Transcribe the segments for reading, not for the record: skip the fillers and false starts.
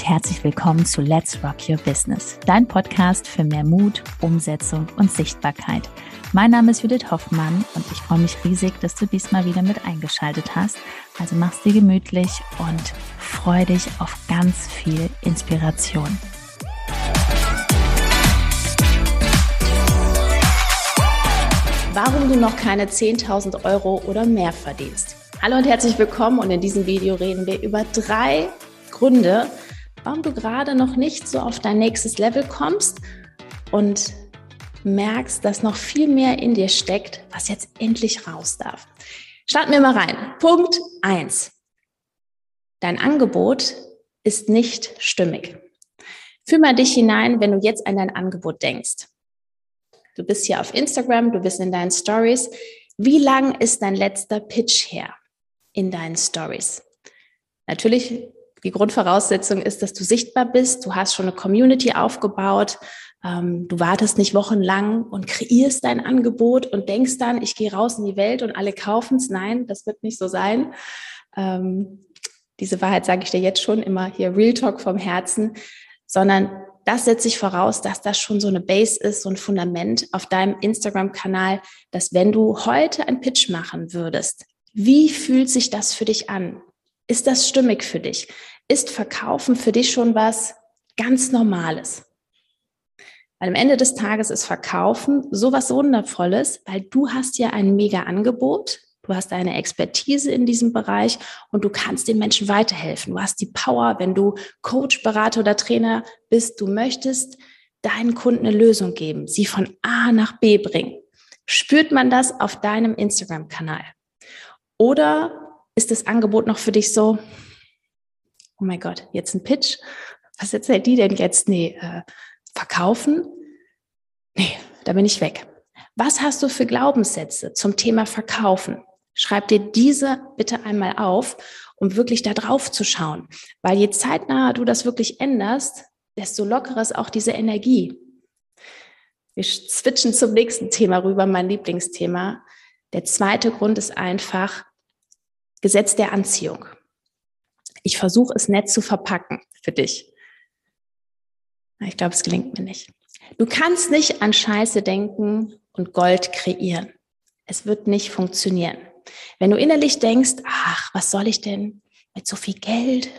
herzlich willkommen zu Let's Rock Your Business, dein Podcast für mehr Mut, Umsetzung und Sichtbarkeit. Mein Name ist Judith Hoffmann und ich freue mich riesig, dass du diesmal wieder mit eingeschaltet hast. Also mach's dir gemütlich und freu dich auf ganz viel Inspiration. Warum du noch keine 10.000 Euro oder mehr verdienst. Hallo und herzlich willkommen und in diesem Video reden wir über 3 Gründe, warum du gerade noch nicht so auf dein nächstes Level kommst und merkst, dass noch viel mehr in dir steckt, was jetzt endlich raus darf. Starten wir mal rein. Punkt 1. Dein Angebot ist nicht stimmig. Fühl mal dich hinein, wenn du jetzt an dein Angebot denkst. Du bist hier auf Instagram, du bist in deinen Stories. Wie lang ist dein letzter Pitch her in deinen Stories? Natürlich, die Grundvoraussetzung ist, dass du sichtbar bist. Du hast schon eine Community aufgebaut. Du wartest nicht wochenlang und kreierst dein Angebot und denkst dann, ich gehe raus in die Welt und alle kaufen es. Nein, das wird nicht so sein. Diese Wahrheit sage ich dir jetzt schon, immer hier Real Talk vom Herzen, sondern das setzt sich voraus, dass das schon so eine Base ist, so ein Fundament auf deinem Instagram-Kanal, dass wenn du heute einen Pitch machen würdest, wie fühlt sich das für dich an? Ist das stimmig für dich? Ist Verkaufen für dich schon was ganz Normales? Weil am Ende des Tages ist Verkaufen sowas Wundervolles, weil du hast ja ein mega Angebot, du hast eine Expertise in diesem Bereich und du kannst den Menschen weiterhelfen. Du hast die Power, wenn du Coach, Berater oder Trainer bist, du möchtest deinen Kunden eine Lösung geben, sie von A nach B bringen. Spürt man das auf deinem Instagram-Kanal? Oder ist das Angebot noch für dich so, oh mein Gott, jetzt ein Pitch? Was erzählt die denn jetzt? Verkaufen? Nee, da bin ich weg. Was hast du für Glaubenssätze zum Thema Verkaufen? Schreib dir diese bitte einmal auf, um wirklich da drauf zu schauen. Weil je zeitnah du das wirklich änderst, desto lockerer ist auch diese Energie. Wir switchen zum nächsten Thema rüber, mein Lieblingsthema. Der zweite Grund ist einfach Gesetz der Anziehung. Ich versuche es nett zu verpacken für dich. Ich glaube, es gelingt mir nicht. Du kannst nicht an Scheiße denken und Gold kreieren. Es wird nicht funktionieren. Wenn du innerlich denkst, ach, was soll ich denn mit so viel Geld?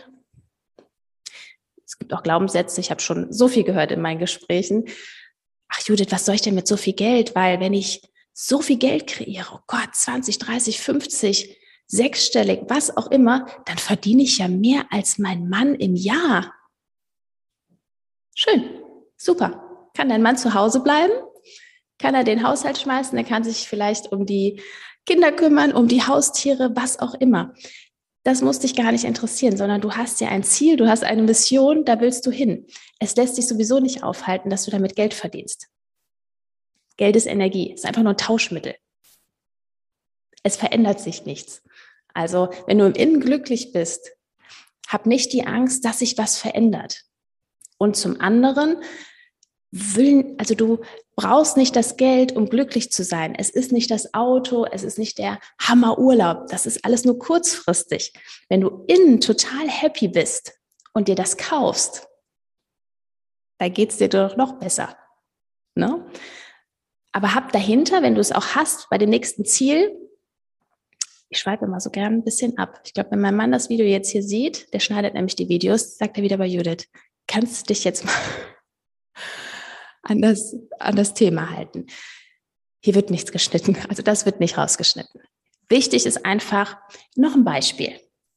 Es gibt auch Glaubenssätze, ich habe schon so viel gehört in meinen Gesprächen. Ach Judith, was soll ich denn mit so viel Geld? Weil wenn ich so viel Geld kreiere, oh Gott, 20, 30, 50, sechsstellig, was auch immer, dann verdiene ich ja mehr als mein Mann im Jahr. Schön, super. Kann dein Mann zu Hause bleiben? Kann er den Haushalt schmeißen? Er kann sich vielleicht um die Kinder kümmern, um die Haustiere, was auch immer. Das muss dich gar nicht interessieren, sondern du hast ja ein Ziel, du hast eine Mission, da willst du hin. Es lässt dich sowieso nicht aufhalten, dass du damit Geld verdienst. Geld ist Energie, ist einfach nur ein Tauschmittel. Es verändert sich nichts. Also, wenn du im Innen glücklich bist, hab nicht die Angst, dass sich was verändert. Und zum anderen, du brauchst nicht das Geld, um glücklich zu sein. Es ist nicht das Auto, es ist nicht der Hammerurlaub. Das ist alles nur kurzfristig. Wenn du innen total happy bist und dir das kaufst, da geht's dir doch noch besser. Ne? Aber hab dahinter, wenn du es auch hast, bei dem nächsten Ziel, ich schweife immer so gern ein bisschen ab. Ich glaube, wenn mein Mann das Video jetzt hier sieht, der schneidet nämlich die Videos, sagt er wieder bei Judith, kannst du dich jetzt mal an das Thema halten. Hier wird nichts geschnitten, also das wird nicht rausgeschnitten. Wichtig ist einfach, noch ein Beispiel.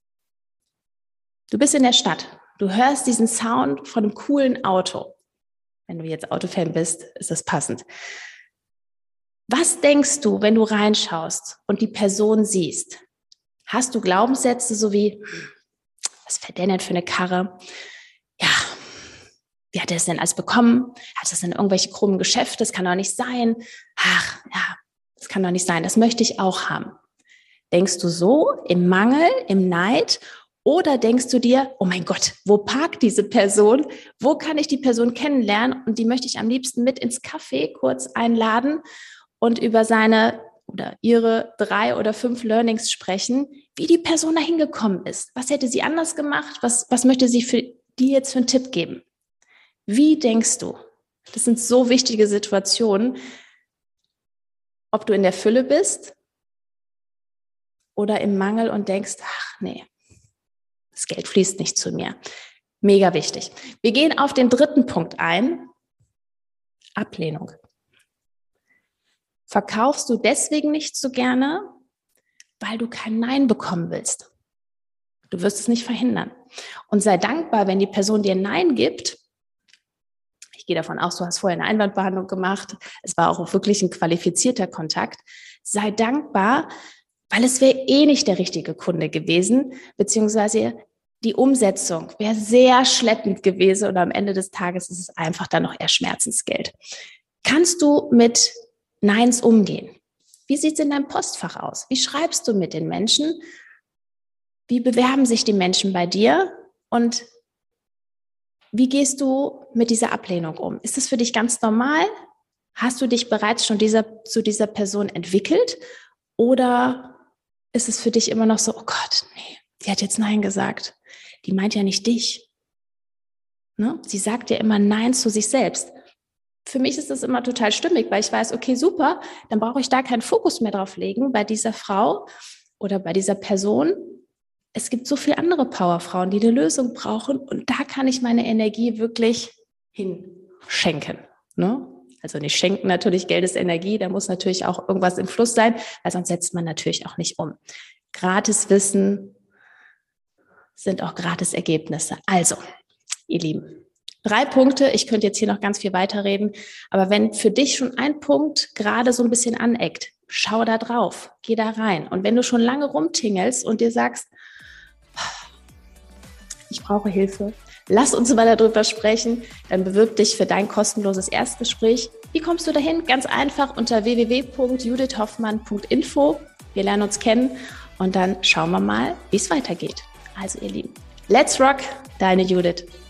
Du bist in der Stadt, du hörst diesen Sound von einem coolen Auto. Wenn du jetzt Autofan bist, ist das passend. Was denkst du, wenn du reinschaust und die Person siehst? Hast du Glaubenssätze so wie, was fährt der denn für eine Karre? Ja, wie hat er es denn alles bekommen? Hat es denn irgendwelche krummen Geschäfte? Das kann doch nicht sein. Ach, ja, das kann doch nicht sein. Das möchte ich auch haben. Denkst du so im Mangel, im Neid? Oder denkst du dir, oh mein Gott, wo parkt diese Person? Wo kann ich die Person kennenlernen? Und die möchte ich am liebsten mit ins Café kurz einladen und über seine oder ihre 3 oder 5 Learnings sprechen, wie die Person da hingekommen ist. Was hätte sie anders gemacht? Was möchte sie dir jetzt für einen Tipp geben? Wie denkst du? Das sind so wichtige Situationen, ob du in der Fülle bist oder im Mangel und denkst, ach nee, das Geld fließt nicht zu mir. Mega wichtig. Wir gehen auf den dritten Punkt ein. Ablehnung. Verkaufst du deswegen nicht so gerne, weil du kein Nein bekommen willst? Du wirst es nicht verhindern. Und sei dankbar, wenn die Person dir Nein gibt. Ich gehe davon aus, du hast vorher eine Einwandbehandlung gemacht. Es war auch wirklich ein qualifizierter Kontakt. Sei dankbar, weil es wäre eh nicht der richtige Kunde gewesen, beziehungsweise die Umsetzung wäre sehr schleppend gewesen und am Ende des Tages ist es einfach dann noch eher Schmerzensgeld. Kannst du mit Neins umgehen? Wie sieht es in deinem Postfach aus? Wie schreibst du mit den Menschen? Wie bewerben sich die Menschen bei dir? Und wie gehst du mit dieser Ablehnung um? Ist das für dich ganz normal? Hast du dich bereits schon zu dieser Person entwickelt? Oder ist es für dich immer noch so, oh Gott, nee, die hat jetzt Nein gesagt. Die meint ja nicht dich. Ne? Sie sagt ja immer Nein zu sich selbst. Für mich ist das immer total stimmig, weil ich weiß, okay, super, dann brauche ich da keinen Fokus mehr drauf legen bei dieser Frau oder bei dieser Person. Es gibt so viele andere Powerfrauen, die eine Lösung brauchen und da kann ich meine Energie wirklich hinschenken. Ne? Also nicht schenken natürlich, Geld ist Energie, da muss natürlich auch irgendwas im Fluss sein, weil sonst setzt man natürlich auch nicht um. Gratis Wissen sind auch gratis Ergebnisse. Also, ihr Lieben, 3 Punkte, ich könnte jetzt hier noch ganz viel weiterreden, aber wenn für dich schon ein Punkt gerade so ein bisschen aneckt, schau da drauf, geh da rein. Und wenn du schon lange rumtingelst und dir sagst, ich brauche Hilfe, lass uns mal darüber sprechen, dann bewirb dich für dein kostenloses Erstgespräch. Wie kommst du dahin? Ganz einfach unter www.judithhoffmann.info. Wir lernen uns kennen und dann schauen wir mal, wie es weitergeht. Also ihr Lieben, let's rock, deine Judith.